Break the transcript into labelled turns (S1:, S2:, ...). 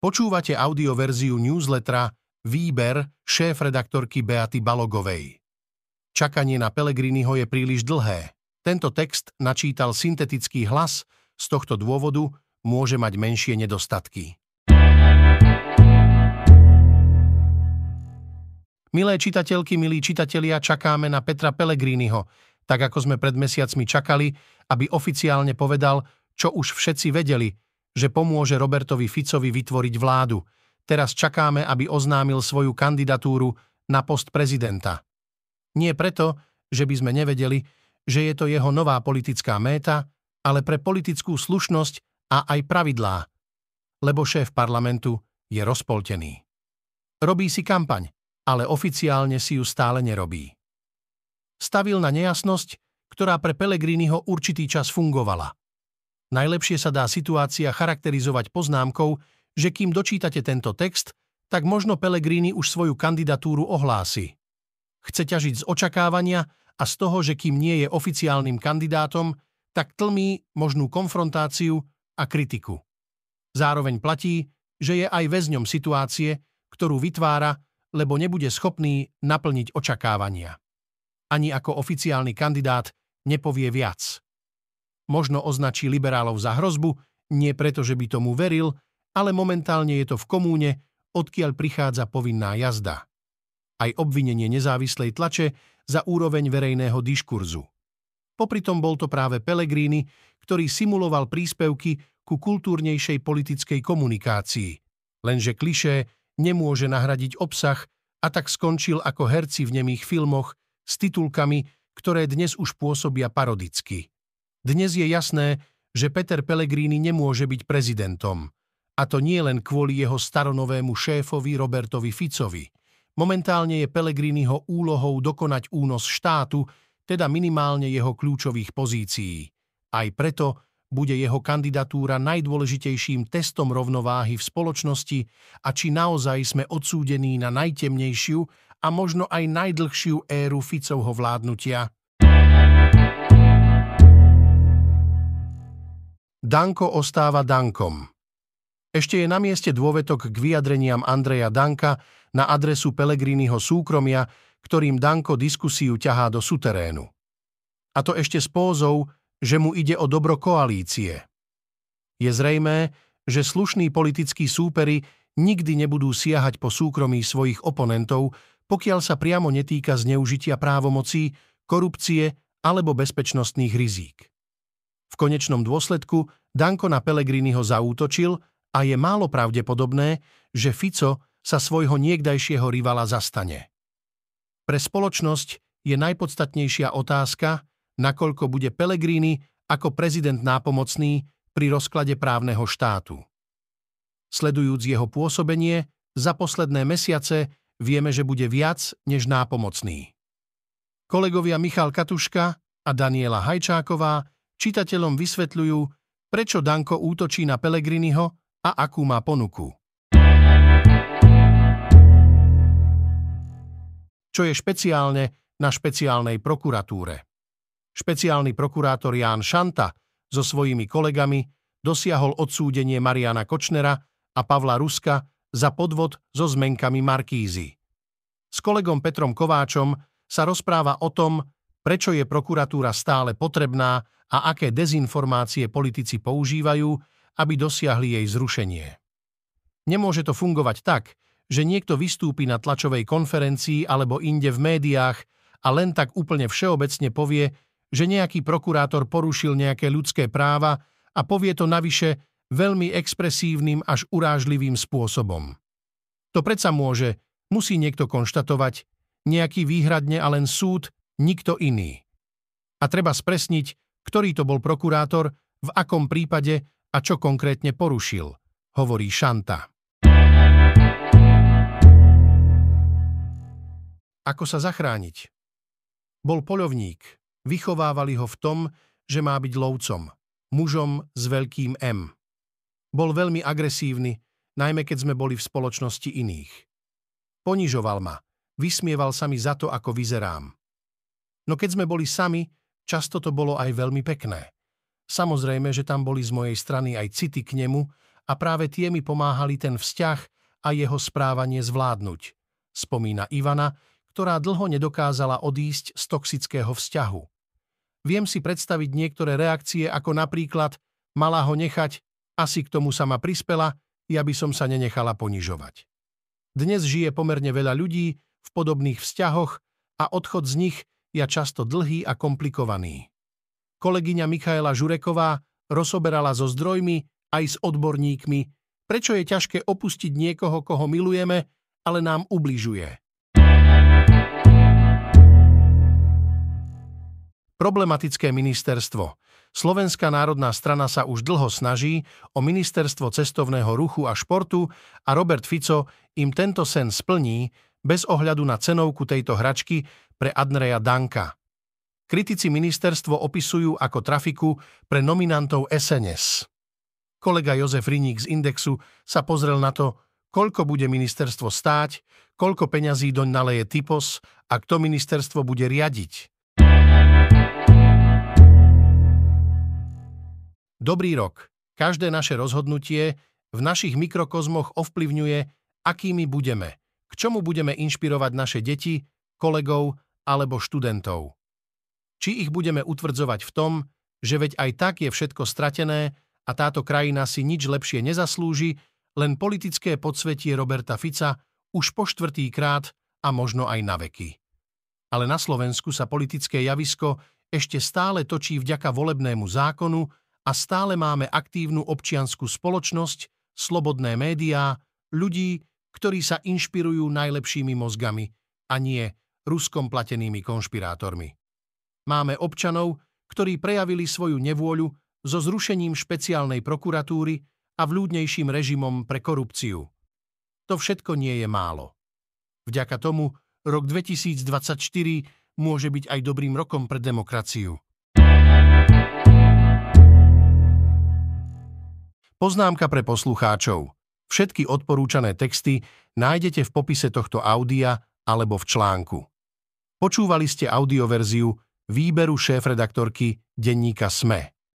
S1: Počúvate audioverziu newslettera Výber šéfredaktorky Beaty Balogovej. Čakanie na Pellegriniho je príliš dlhé. Tento text načítal syntetický hlas, z tohto dôvodu môže mať menšie nedostatky. Milé čitateľky, milí čitatelia, čakáme na Petra Pellegriniho, tak ako sme pred mesiacmi čakali, aby oficiálne povedal, čo už všetci vedeli, že pomôže Robertovi Ficovi vytvoriť vládu. Teraz čakáme, aby oznámil svoju kandidatúru na post prezidenta. Nie preto, že by sme nevedeli, že je to jeho nová politická méta, ale pre politickú slušnosť a aj pravidlá, lebo šéf parlamentu je rozpoltený. Robí si kampaň, ale oficiálne si ju stále nerobí. Stavil na nejasnosť, ktorá pre Pellegriniho určitý čas fungovala. Najlepšie sa dá situácia charakterizovať poznámkou, že kým dočítate tento text, tak možno Pellegrini už svoju kandidatúru ohlási. Chce ťažiť z očakávania a z toho, že kým nie je oficiálnym kandidátom, tak tlmí možnú konfrontáciu a kritiku. Zároveň platí, že je aj väzňom situácie, ktorú vytvára, lebo nebude schopný naplniť očakávania. Ani ako oficiálny kandidát nepovie viac. Možno označí liberálov za hrozbu, nie preto, že by tomu veril, ale momentálne je to v komúne, odkiaľ prichádza povinná jazda. Aj obvinenie nezávislej tlače za úroveň verejného diskurzu. Popritom bol to práve Pellegrini, ktorý simuloval príspevky ku kultúrnejšej politickej komunikácii. Lenže klišé nemôže nahradiť obsah a tak skončil ako herci v nemých filmoch s titulkami, ktoré dnes už pôsobia parodicky. Dnes je jasné, že Peter Pellegrini nemôže byť prezidentom. A to nie len kvôli jeho staronovému šéfovi Robertovi Ficovi. Momentálne je Pellegriniho úlohou dokonať únos štátu, teda minimálne jeho kľúčových pozícií. Aj preto bude jeho kandidatúra najdôležitejším testom rovnováhy v spoločnosti a či naozaj sme odsúdení na najtemnejšiu a možno aj najdlhšiu éru Ficovho vládnutia. Danko ostáva Dankom. Ešte je na mieste dôvetok k vyjadreniam Andreja Danka na adresu Pellegriniho súkromia, ktorým Danko diskusiu ťahá do suterénu. A to ešte s pózou, že mu ide o dobro koalície. Je zrejmé, že slušní politickí súperi nikdy nebudú siahať po súkromí svojich oponentov, pokiaľ sa priamo netýka zneužitia právomocí, korupcie alebo bezpečnostných rizík. V konečnom dôsledku Danko na Pellegriniho zaútočil a je málo pravdepodobné, že Fico sa svojho niekdajšieho rivala zastane. Pre spoločnosť je najpodstatnejšia otázka, nakoľko bude Pellegrini ako prezident nápomocný pri rozklade právneho štátu. Sledujúc jeho pôsobenie, za posledné mesiace vieme, že bude viac než nápomocný. Kolegovia Michal Katuška a Daniela Hajčáková čitateľom vysvetľujú, prečo Danko útočí na Pellegriniho a akú má ponuku. Čo je špeciálne na špeciálnej prokuratúre? Špeciálny prokurátor Ján Šanta so svojimi kolegami dosiahol odsúdenie Mariana Kočnera a Pavla Ruska za podvod so zmenkami Markízy. S kolegom Petrom Kováčom sa rozpráva o tom, prečo je prokuratúra stále potrebná a aké dezinformácie politici používajú, aby dosiahli jej zrušenie. Nemôže to fungovať tak, že niekto vystúpi na tlačovej konferencii alebo inde v médiách a len tak úplne všeobecne povie, že nejaký prokurátor porušil nejaké ľudské práva a povie to navyše veľmi expresívnym až urážlivým spôsobom. To predsa musí niekto konštatovať, nejaký výhradne a len súd, nikto iný. A treba spresniť, ktorý to bol prokurátor, v akom prípade a čo konkrétne porušil, hovorí Šanta. Ako sa zachrániť? Bol poľovník, vychovávali ho v tom, že má byť lovcom, mužom s veľkým M. Bol veľmi agresívny, najmä keď sme boli v spoločnosti iných. Ponižoval ma, vysmieval sa mi za to, ako vyzerám. No keď sme boli sami, často to bolo aj veľmi pekné. Samozrejme, že tam boli z mojej strany aj city k nemu a práve tie mi pomáhali ten vzťah a jeho správanie zvládnuť, spomína Ivana, ktorá dlho nedokázala odísť z toxického vzťahu. Viem si predstaviť niektoré reakcie, ako napríklad mala ho nechať, asi k tomu sama prispela, ja by som sa nenechala ponižovať. Dnes žije pomerne veľa ľudí v podobných vzťahoch a odchod z nich je často dlhý a komplikovaný. Kolegyňa Michaela Žureková rozoberala so zdrojmi aj s odborníkmi, prečo je ťažké opustiť niekoho, koho milujeme, ale nám ubližuje. Problematické ministerstvo. Slovenská národná strana sa už dlho snaží o ministerstvo cestovného ruchu a športu a Robert Fico im tento sen splní bez ohľadu na cenovku tejto hračky pre Andreja Danka. Kritici ministerstvo opisujú ako trafiku pre nominantov SNS. Kolega Jozef Riník z Indexu sa pozrel na to, koľko bude ministerstvo stáť, koľko peňazí doň naleje typos a kto ministerstvo bude riadiť. Dobrý rok. Každé naše rozhodnutie v našich mikrokozmoch ovplyvňuje, akými budeme, k čomu budeme inšpirovať naše deti, kolegov alebo študentov. Či ich budeme utvrdzovať v tom, že veď aj tak je všetko stratené a táto krajina si nič lepšie nezaslúži, len politické podsvetie Roberta Fica už po 4. krát a možno aj na veky. Ale na Slovensku sa politické javisko ešte stále točí vďaka volebnému zákonu a stále máme aktívnu občiansku spoločnosť, slobodné médiá, ľudí, ktorí sa inšpirujú najlepšími mozgami a nie ruskom platenými konšpirátormi. Máme občanov, ktorí prejavili svoju nevôľu so zrušením špeciálnej prokuratúry a vľúdnejším režimom pre korupciu. To všetko nie je málo. Vďaka tomu rok 2024 môže byť aj dobrým rokom pre demokraciu. Poznámka pre poslucháčov. Všetky odporúčané texty nájdete v popise tohto audia alebo v článku. Počúvali ste audioverziu výberu šéfredaktorky denníka SME.